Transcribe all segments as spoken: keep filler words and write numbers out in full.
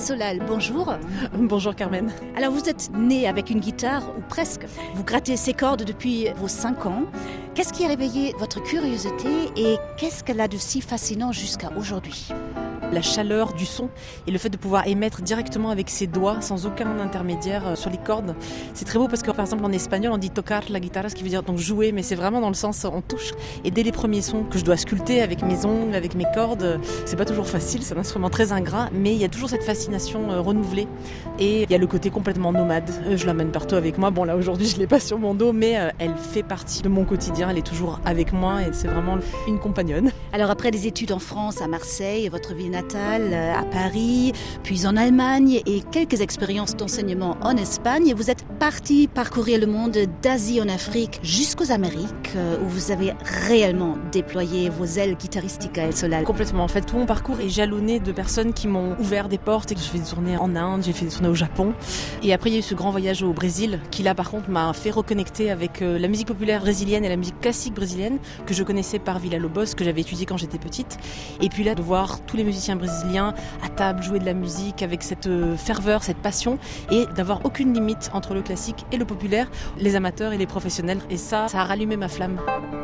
Solal, bonjour. Bonjour Carmen. Alors vous êtes née avec une guitare, ou presque. Vous grattez ses cordes depuis vos cinq ans. Qu'est-ce qui a réveillé votre curiosité et qu'est-ce qu'elle a de si fascinant jusqu'à aujourd'hui ? La chaleur du son et le fait de pouvoir émettre directement avec ses doigts sans aucun intermédiaire sur les cordes. C'est très beau parce que par exemple en espagnol on dit tocar la guitare, ce qui veut dire donc jouer, mais c'est vraiment dans le sens on touche. Et dès les premiers sons que je dois sculpter avec mes ongles, avec mes cordes, c'est pas toujours facile, c'est un instrument très ingrat, mais il y a toujours cette fascination euh, renouvelée. Et il y a le côté complètement nomade. Euh, je l'amène partout avec moi. Bon là aujourd'hui je l'ai pas sur mon dos, mais euh, elle fait partie de mon quotidien. Elle est toujours avec moi et c'est vraiment une compagnonne. Alors après des études en France, à Marseille, votre ville natale, à Paris, puis en Allemagne et quelques expériences d'enseignement en Espagne, vous êtes parti parcourir le monde d'Asie en Afrique jusqu'aux Amériques où vous avez réellement déployé vos ailes guitaristiques à El Solal. Complètement. En fait, tout mon parcours est jalonné de personnes qui m'ont ouvert des portes. J'ai fait des tournées en Inde, j'ai fait des tournées au Japon. Et après, il y a eu ce grand voyage au Brésil qui, là, par contre, m'a fait reconnecter avec la musique populaire brésilienne et la musique classique brésilienne que je connaissais par Villa-Lobos, que j'avais étudié quand j'étais petite. Et puis là, de voir tous les musiciens brésiliens à table jouer de la musique avec cette ferveur, cette passion et d'avoir aucune limite entre le classique et le populaire, les amateurs et les professionnels. Et ça, ça a rallumé ma flamme.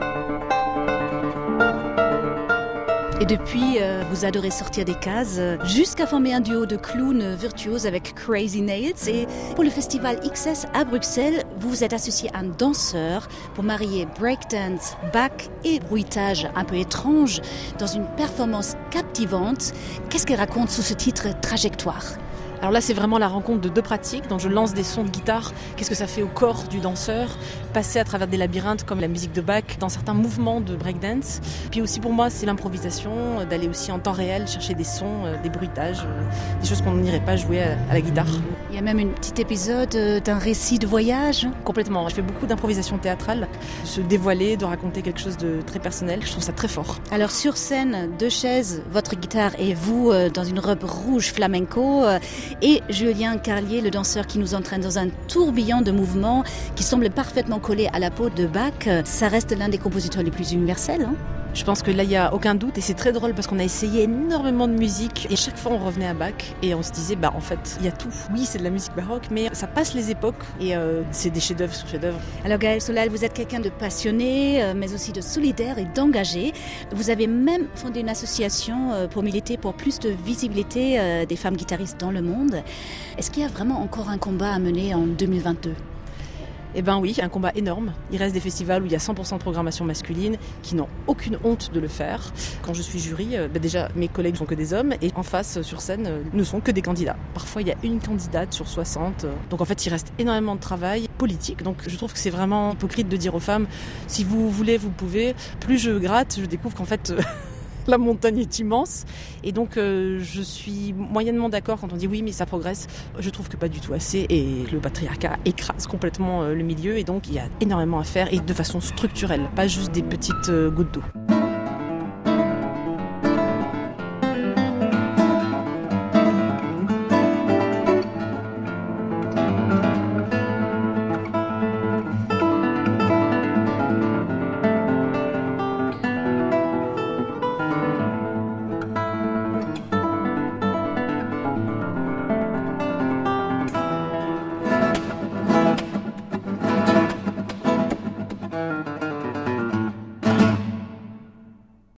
Et depuis, euh, vous adorez sortir des cases jusqu'à former un duo de clowns virtuoses avec Crazy Nails. Et pour le festival X S à Bruxelles, vous vous êtes associé à un danseur pour marier breakdance, bac et bruitage un peu étrange dans une performance captivante. Qu'est-ce qu'elle raconte sous ce titre Trajectoire ? Alors là, c'est vraiment la rencontre de deux pratiques. Donc je lance des sons de guitare. Qu'est-ce que ça fait au corps du danseur ? Passer à travers des labyrinthes comme la musique de Bach, dans certains mouvements de breakdance. Puis aussi pour moi, c'est l'improvisation, d'aller aussi en temps réel chercher des sons, des bruitages, des choses qu'on n'irait pas jouer à la guitare. Il y a même un petit épisode d'un récit de voyage. Complètement. Je fais beaucoup d'improvisation théâtrale, de se dévoiler, de raconter quelque chose de très personnel. Je trouve ça très fort. Alors sur scène, deux chaises, votre guitare et vous dans une robe rouge flamenco. Et Julien Carlier, le danseur qui nous entraîne dans un tourbillon de mouvements qui semble parfaitement collé à la peau de Bach. Ça reste l'un des compositeurs les plus universels, hein ? Je pense que là, il n'y a aucun doute et c'est très drôle parce qu'on a essayé énormément de musique et chaque fois on revenait à Bach et on se disait, bah en fait, il y a tout. Oui, c'est de la musique baroque, mais ça passe les époques et euh, c'est des chefs-d'œuvre sur chefs-d'œuvre. Alors Gaël Solal, vous êtes quelqu'un de passionné, euh, mais aussi de solidaire et d'engagé. Vous avez même fondé une association euh, pour militer pour plus de visibilité euh, des femmes guitaristes dans le monde. Est-ce qu'il y a vraiment encore un combat à mener en deux mille vingt-deux ? Eh bien oui, un combat énorme. Il reste des festivals où il y a cent pour cent de programmation masculine qui n'ont aucune honte de le faire. Quand je suis jury, euh, bah déjà mes collègues ne sont que des hommes et en face sur scène euh, ne sont que des candidats. Parfois il y a une candidate sur soixante. Euh, donc en fait il reste énormément de travail politique. Donc je trouve que c'est vraiment hypocrite de dire aux femmes si vous voulez vous pouvez. Plus je gratte, je découvre qu'en fait... Euh, la montagne est immense et donc euh, je suis moyennement d'accord quand on dit oui mais ça progresse. Je trouve que pas du tout assez et le patriarcat écrase complètement euh, le milieu et donc il y a énormément à faire et de façon structurelle, pas juste des petites euh, gouttes d'eau.